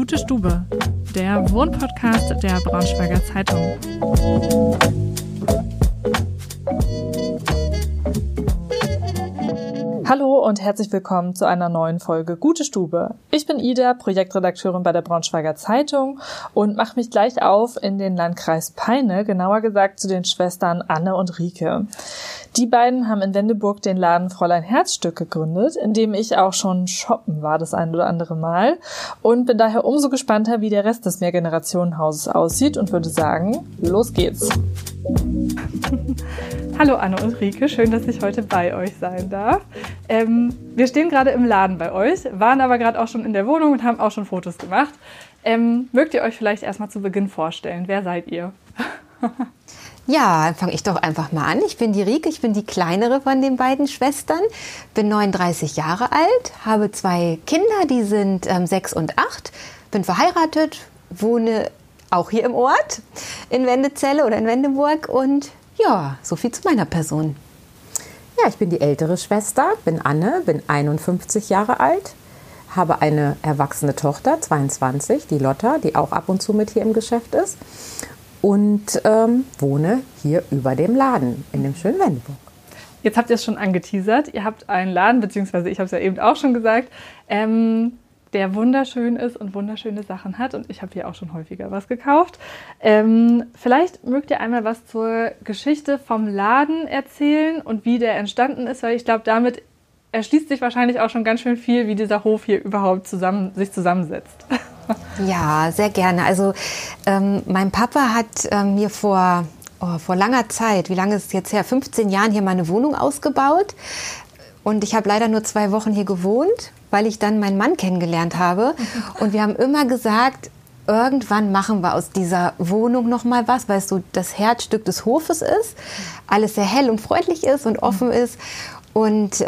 Gute Stube, der Wohnpodcast der Braunschweiger Zeitung. Hallo und herzlich willkommen zu einer neuen Folge Gute Stube. Ich bin Ida, Projektredakteurin bei der Braunschweiger Zeitung und mache mich gleich auf in den Landkreis Peine, genauer gesagt zu den Schwestern Anne und Rike. Die beiden haben in Wendeburg den Laden Fräulein Herzstück gegründet, in dem ich auch schon shoppen war das ein oder andere Mal und bin daher umso gespannter, wie der Rest des Mehrgenerationenhauses aussieht und würde sagen, los geht's. Hallo Anne und Rike, schön, dass ich heute bei euch sein darf. Wir stehen gerade im Laden bei euch, waren aber gerade auch schon in der Wohnung und haben auch schon Fotos gemacht. Mögt ihr euch vielleicht erstmal zu Beginn vorstellen? Wer seid ihr? Ja, fange ich doch einfach mal an. Ich bin die Rike, ich bin die kleinere von den beiden Schwestern, bin 39 Jahre alt, habe 2 Kinder, die sind 6 und 8, bin verheiratet, wohne auch hier im Ort, in Wendezelle oder in Wendeburg und ja, so viel zu meiner Person. Ja, ich bin die ältere Schwester, bin Anne, bin 51 Jahre alt, habe eine erwachsene Tochter, 22, die Lotta, die auch ab und zu mit hier im Geschäft ist und wohne hier über dem Laden in dem schönen Wendeburg. Jetzt habt ihr es schon angeteasert, ihr habt einen Laden, beziehungsweise ich habe es ja eben auch schon gesagt, der wunderschön ist und wunderschöne Sachen hat. Und ich habe hier auch schon häufiger was gekauft. Vielleicht mögt ihr einmal was zur Geschichte vom Laden erzählen und wie der entstanden ist, weil ich glaube, damit erschließt sich wahrscheinlich auch schon ganz schön viel, wie dieser Hof hier überhaupt sich zusammensetzt. Ja, sehr gerne. Also mein Papa hat mir vor langer Zeit, wie lange ist es jetzt her, 15 Jahren hier meine Wohnung ausgebaut. Und ich habe leider nur 2 Wochen hier gewohnt, weil ich dann meinen Mann kennengelernt habe. Und wir haben immer gesagt, irgendwann machen wir aus dieser Wohnung noch mal was, weil es so das Herzstück des Hofes ist, alles sehr hell und freundlich ist und offen ist. Und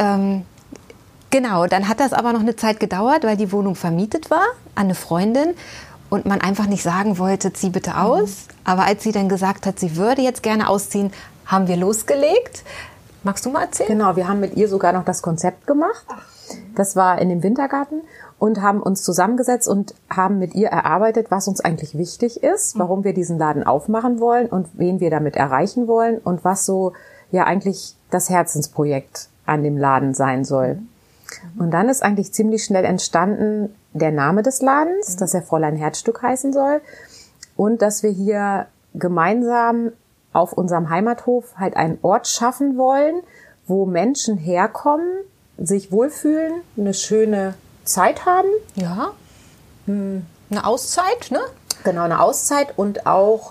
genau, dann hat das aber noch eine Zeit gedauert, weil die Wohnung vermietet war an eine Freundin und man einfach nicht sagen wollte, zieh bitte aus. Aber als sie dann gesagt hat, sie würde jetzt gerne ausziehen, haben wir losgelegt. Magst du mal erzählen? Genau, wir haben mit ihr sogar noch das Konzept gemacht. Das war in dem Wintergarten und haben uns zusammengesetzt und haben mit ihr erarbeitet, was uns eigentlich wichtig ist, warum wir diesen Laden aufmachen wollen und wen wir damit erreichen wollen und was so ja eigentlich das Herzensprojekt an dem Laden sein soll. Und dann ist eigentlich ziemlich schnell entstanden der Name des Ladens, dass er Fräulein Herzstück heißen soll und dass wir hier gemeinsam auf unserem Heimathof halt einen Ort schaffen wollen, wo Menschen herkommen, sich wohlfühlen, eine schöne Zeit haben. Ja, eine Auszeit, ne? Genau, eine Auszeit und auch,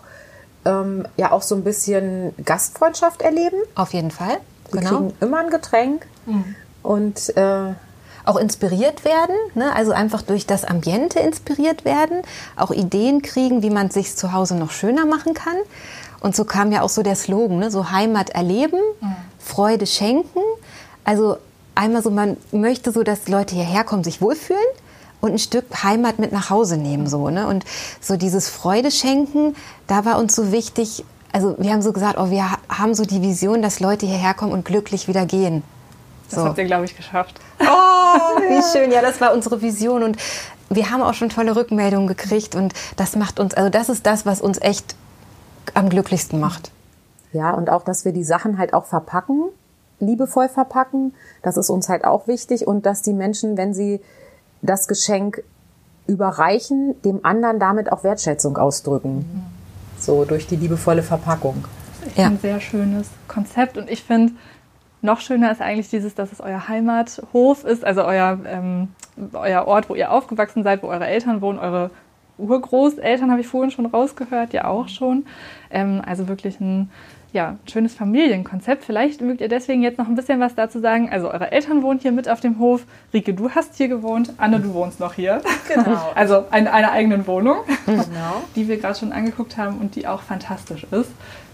ja, auch so ein bisschen Gastfreundschaft erleben. Auf jeden Fall, Wir kriegen immer ein Getränk und auch inspiriert werden, ne? Also einfach durch das Ambiente inspiriert werden, auch Ideen kriegen, wie man es sich zu Hause noch schöner machen kann. Und so kam ja auch so der Slogan, ne? So Heimat erleben, Freude schenken. Also einmal so, man möchte so, dass Leute hierher kommen, sich wohlfühlen und ein Stück Heimat mit nach Hause nehmen. So, ne? Und so dieses Freude schenken, da war uns so wichtig, also wir haben so gesagt, wir haben so die Vision, dass Leute hierher kommen und glücklich wieder gehen. Das habt ihr, glaube ich, geschafft. Oh, wie schön. Ja, das war unsere Vision. Und wir haben auch schon tolle Rückmeldungen gekriegt. Und das macht uns, also das ist das, was uns echt am glücklichsten macht. Ja, und auch, dass wir die Sachen halt auch verpacken, liebevoll verpacken. Das ist uns halt auch wichtig. Und dass die Menschen, wenn sie das Geschenk überreichen, dem anderen damit auch Wertschätzung ausdrücken. So durch die liebevolle Verpackung. Das ist echt ein sehr schönes Konzept. Und ich finde, noch schöner ist eigentlich dass es euer Heimathof ist, also euer Ort, wo ihr aufgewachsen seid, wo eure Eltern wohnen, eure Urgroßeltern habe ich vorhin schon rausgehört, ja auch schon. Also wirklich ein schönes Familienkonzept. Vielleicht mögt ihr deswegen jetzt noch ein bisschen was dazu sagen. Also eure Eltern wohnen hier mit auf dem Hof. Rike, du hast hier gewohnt. Anne, du wohnst noch hier. Genau. Also in einer eigenen Wohnung, Genau. die wir gerade schon angeguckt haben und die auch fantastisch ist.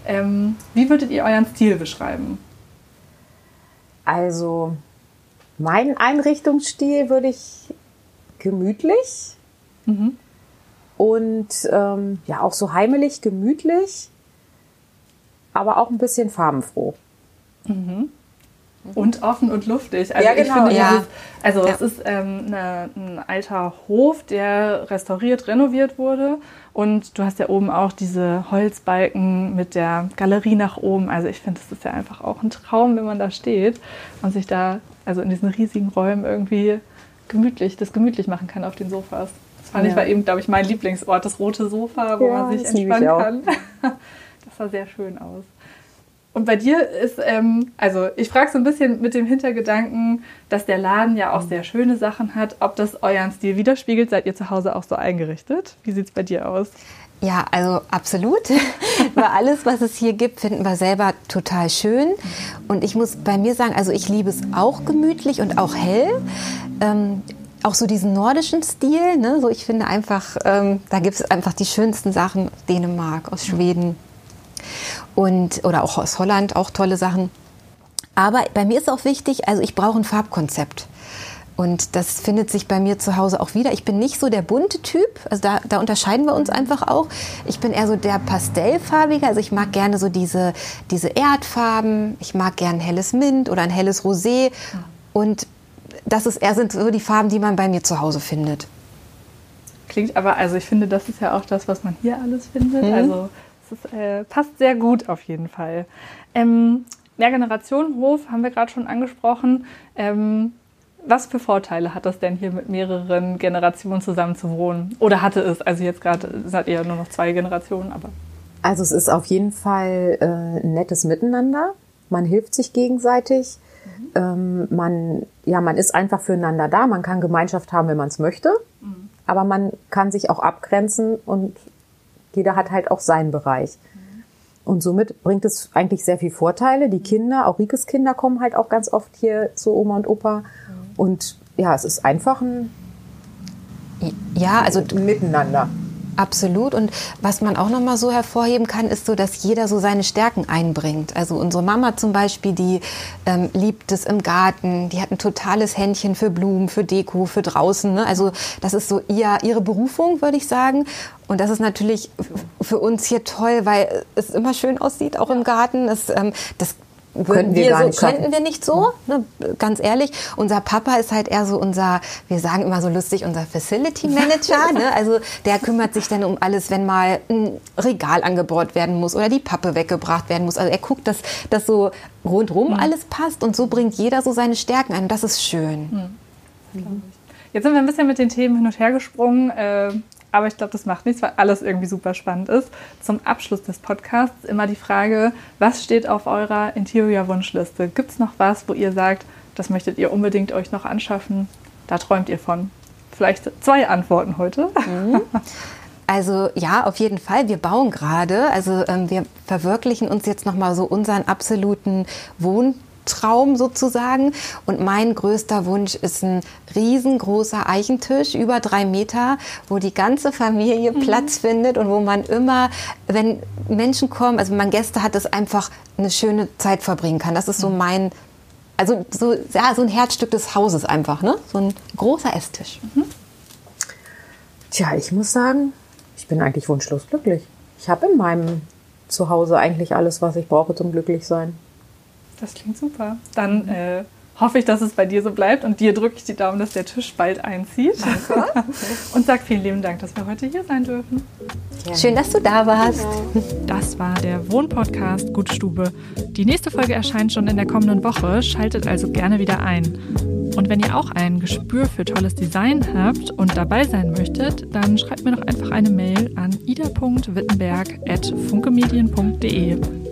Wie würdet ihr euren Stil beschreiben? Also meinen Einrichtungsstil würde ich gemütlich und ja auch so heimelig, gemütlich, aber auch ein bisschen farbenfroh. Und offen und luftig. Also ja, genau. Es ist ein alter Hof, der restauriert, renoviert wurde. Und du hast ja oben auch diese Holzbalken mit der Galerie nach oben. Also ich finde, das ist ja einfach auch ein Traum, wenn man da steht und sich da, also in diesen riesigen Räumen irgendwie gemütlich machen kann auf den Sofas. Das fand ich war eben, glaube ich, mein Lieblingsort, das rote Sofa, wo man sich entspannen kann. Das sah sehr schön aus. Und bei dir ist, also ich frage so ein bisschen mit dem Hintergedanken, dass der Laden ja auch sehr schöne Sachen hat. Ob das euren Stil widerspiegelt, seid ihr zu Hause auch so eingerichtet? Wie sieht es bei dir aus? Ja, also absolut. Weil alles, was es hier gibt, finden wir selber total schön. Und ich muss bei mir sagen, also ich liebe es auch gemütlich und auch hell. Auch so diesen nordischen Stil. Ne? So, ich finde einfach, da gibt es einfach die schönsten Sachen. Dänemark, aus Schweden. Oder auch aus Holland, auch tolle Sachen. Aber bei mir ist auch wichtig, also ich brauche ein Farbkonzept. Und das findet sich bei mir zu Hause auch wieder. Ich bin nicht so der bunte Typ, also da unterscheiden wir uns einfach auch. Ich bin eher so der Pastellfarbige, also ich mag gerne so diese Erdfarben. Ich mag gerne ein helles Mint oder ein helles Rosé. Und sind so die Farben, die man bei mir zu Hause findet. Klingt aber, also ich finde, das ist ja auch das, was man hier alles findet. Also es passt sehr gut auf jeden Fall. Mehrgenerationenhof haben wir gerade schon angesprochen. Was für Vorteile hat das denn hier mit mehreren Generationen zusammen zu wohnen? Oder hatte es? Also jetzt gerade seid ihr ja nur noch 2 Generationen, aber... Also es ist auf jeden Fall ein nettes Miteinander. Man hilft sich gegenseitig. Man ist einfach füreinander da. Man kann Gemeinschaft haben, wenn man es möchte. Aber man kann sich auch abgrenzen und jeder hat halt auch seinen Bereich. Und somit bringt es eigentlich sehr viel Vorteile. Die Kinder, auch Rikes Kinder, kommen halt auch ganz oft hier zu Oma und Opa. Und ja, es ist einfach ein Miteinander. Absolut. Und was man auch noch mal so hervorheben kann, ist so, dass jeder so seine Stärken einbringt. Also unsere Mama zum Beispiel, die liebt es im Garten. Die hat ein totales Händchen für Blumen, für Deko, für draußen. Ne? Also das ist so ihre Berufung, würde ich sagen. Und das ist natürlich für uns hier toll, weil es immer schön aussieht, auch im Garten. Das könnten wir nicht so, ne, ganz ehrlich. Unser Papa ist halt eher so wir sagen immer so lustig, unser Facility Manager. Ne? Also der kümmert sich dann um alles, wenn mal ein Regal angebaut werden muss oder die Pappe weggebracht werden muss. Also er guckt, dass so rundherum alles passt und so bringt jeder so seine Stärken ein. Und das ist schön. Jetzt sind wir ein bisschen mit den Themen hin und her gesprungen. Aber ich glaube, das macht nichts, weil alles irgendwie super spannend ist. Zum Abschluss des Podcasts immer die Frage, was steht auf eurer Interior-Wunschliste? Gibt es noch was, wo ihr sagt, das möchtet ihr unbedingt euch noch anschaffen? Da träumt ihr von. Vielleicht 2 Antworten heute. Also ja, auf jeden Fall. Wir bauen gerade. Also wir verwirklichen uns jetzt nochmal so unseren absoluten Wohntraum sozusagen. Und mein größter Wunsch ist ein riesengroßer Eichentisch, über 3 Meter, wo die ganze Familie Platz findet und wo man immer, wenn Menschen kommen, also wenn man Gäste hat, das einfach eine schöne Zeit verbringen kann. Das ist so so ein Herzstück des Hauses einfach, ne? So ein großer Esstisch. Tja, ich muss sagen, ich bin eigentlich wunschlos glücklich. Ich habe in meinem Zuhause eigentlich alles, was ich brauche zum Glücklichsein. Das klingt super. Dann hoffe ich, dass es bei dir so bleibt und dir drücke ich die Daumen, dass der Tisch bald einzieht. Danke. Und sag vielen lieben Dank, dass wir heute hier sein dürfen. Gerne. Schön, dass du da warst. Das war der Wohnpodcast Gute Stube. Die nächste Folge erscheint schon in der kommenden Woche. Schaltet also gerne wieder ein. Und wenn ihr auch ein Gespür für tolles Design habt und dabei sein möchtet, dann schreibt mir doch einfach eine Mail an ida.wittenberg@funkemedien.de.